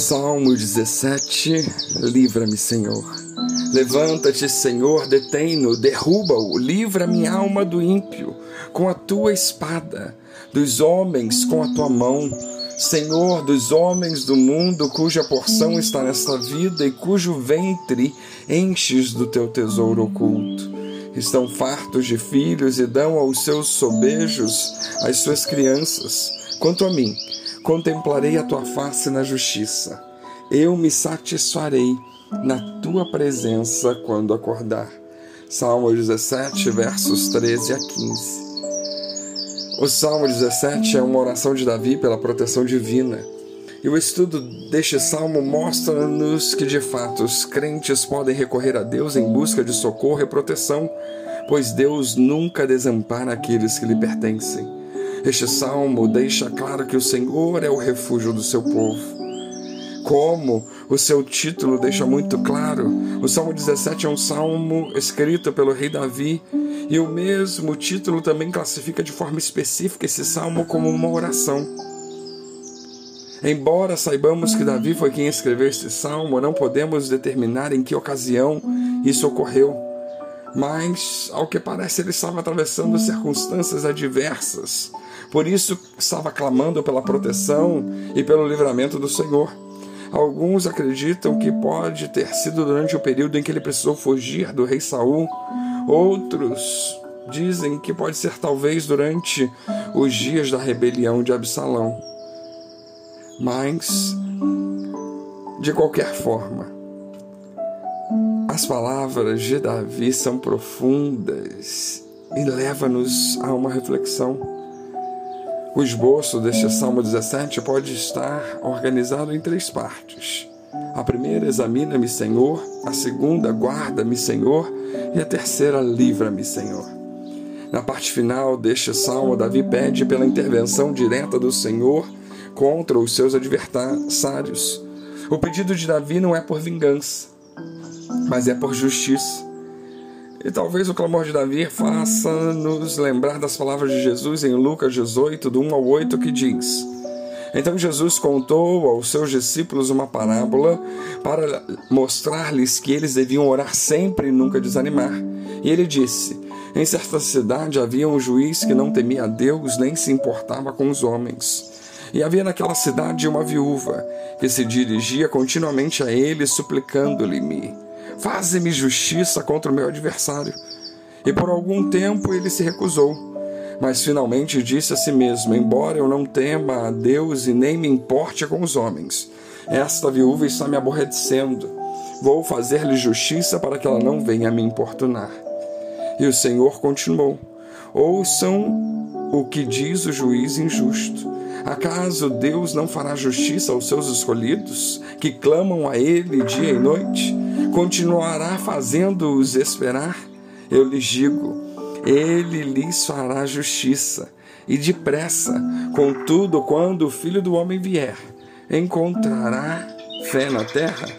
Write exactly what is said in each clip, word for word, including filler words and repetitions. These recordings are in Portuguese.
Salmo dezessete. Livra-me, Senhor. Levanta-te, Senhor, detém-no, derruba-o, livra minha alma do ímpio, com a tua espada, dos homens com a tua mão. Senhor, dos homens do mundo, cuja porção está nesta vida e cujo ventre enches do teu tesouro oculto. Estão fartos de filhos e dão aos seus sobejos as suas crianças. Quanto a mim, contemplarei a tua face na justiça. Eu me satisfarei na tua presença quando acordar. Salmo dezessete, versos treze a quinze. O Salmo dezessete é uma oração de Davi pela proteção divina. E o estudo deste salmo mostra-nos que, de fato, os crentes podem recorrer a Deus em busca de socorro e proteção, pois Deus nunca desampara aqueles que lhe pertencem. Este salmo deixa claro que o Senhor é o refúgio do seu povo. Como o seu título deixa muito claro, o Salmo dezessete é um salmo escrito pelo rei Davi, e o mesmo título também classifica de forma específica esse salmo como uma oração. Embora saibamos que Davi foi quem escreveu este salmo, não podemos determinar em que ocasião isso ocorreu. Mas, ao que parece, ele estava atravessando circunstâncias adversas. Por isso, estava clamando pela proteção e pelo livramento do Senhor. Alguns acreditam que pode ter sido durante o período em que ele precisou fugir do rei Saul. Outros dizem que pode ser talvez durante os dias da rebelião de Absalão. Mas, de qualquer forma, as palavras de Davi são profundas e levam-nos a uma reflexão. O esboço deste Salmo dezessete pode estar organizado em três partes. A primeira, examina-me, Senhor. A segunda, guarda-me, Senhor. E a terceira, livra-me, Senhor. Na parte final deste salmo, Davi pede pela intervenção direta do Senhor contra os seus adversários. O pedido de Davi não é por vingança, mas é por justiça. E talvez o clamor de Davi faça-nos lembrar das palavras de Jesus em Lucas dezoito, do um ao oito, que diz: Então Jesus contou aos seus discípulos uma parábola para mostrar-lhes que eles deviam orar sempre e nunca desanimar. E ele disse: Em certa cidade havia um juiz que não temia a Deus nem se importava com os homens. E havia naquela cidade uma viúva que se dirigia continuamente a ele, suplicando-lhe: Faze-me justiça contra o meu adversário. E por algum tempo ele se recusou. Mas finalmente disse a si mesmo: Embora eu não tema a Deus e nem me importe com os homens, esta viúva está me aborrecendo. Vou fazer-lhe justiça para que ela não venha me importunar. E o Senhor continuou: Ouçam o que diz o juiz injusto. Acaso Deus não fará justiça aos seus escolhidos, que clamam a Ele dia e noite? Continuará fazendo-os esperar? Eu lhes digo, Ele lhes fará justiça, e depressa. Contudo, quando o Filho do Homem vier, encontrará fé na terra?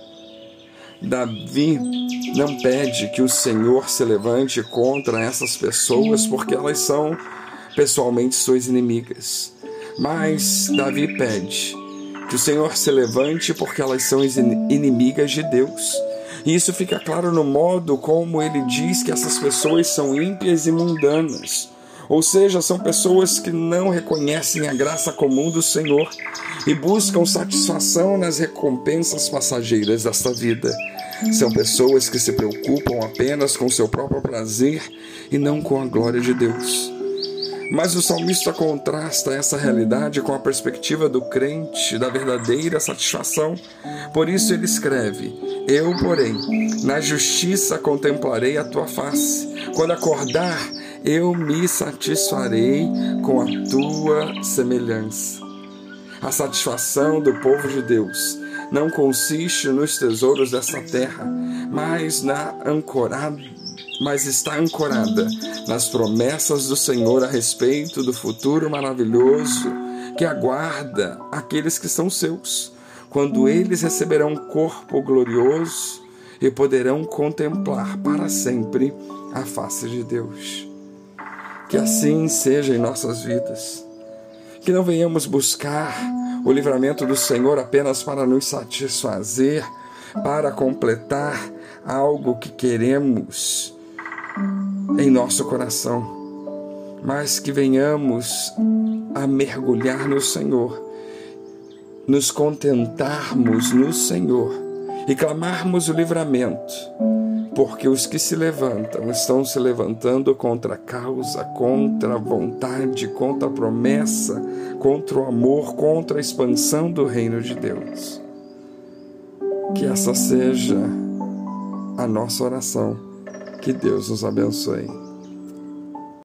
Davi não pede que o Senhor se levante contra essas pessoas, porque elas são pessoalmente suas inimigas. Mas Davi pede que o Senhor se levante porque elas são inimigas de Deus. E isso fica claro no modo como ele diz que essas pessoas são ímpias e mundanas. Ou seja, são pessoas que não reconhecem a graça comum do Senhor e buscam satisfação nas recompensas passageiras desta vida. São pessoas que se preocupam apenas com seu próprio prazer e não com a glória de Deus. Mas o salmista contrasta essa realidade com a perspectiva do crente, da verdadeira satisfação. Por isso ele escreve: Eu, porém, na justiça contemplarei a tua face. Quando acordar, eu me satisfarei com a tua semelhança. A satisfação do povo de Deus não consiste nos tesouros dessa terra, mas na ancorada mas está ancorada nas promessas do Senhor a respeito do futuro maravilhoso que aguarda aqueles que são seus, quando eles receberão um corpo glorioso e poderão contemplar para sempre a face de Deus. Que assim seja em nossas vidas, que não venhamos buscar o livramento do Senhor apenas para nos satisfazer, para completar algo que queremos em nosso coração, mas que venhamos a mergulhar no Senhor, nos contentarmos no Senhor e clamarmos o livramento, porque os que se levantam estão se levantando contra a causa, contra a vontade, contra a promessa, contra o amor, contra a expansão do reino de Deus. Que essa seja a nossa oração. Que Deus nos abençoe.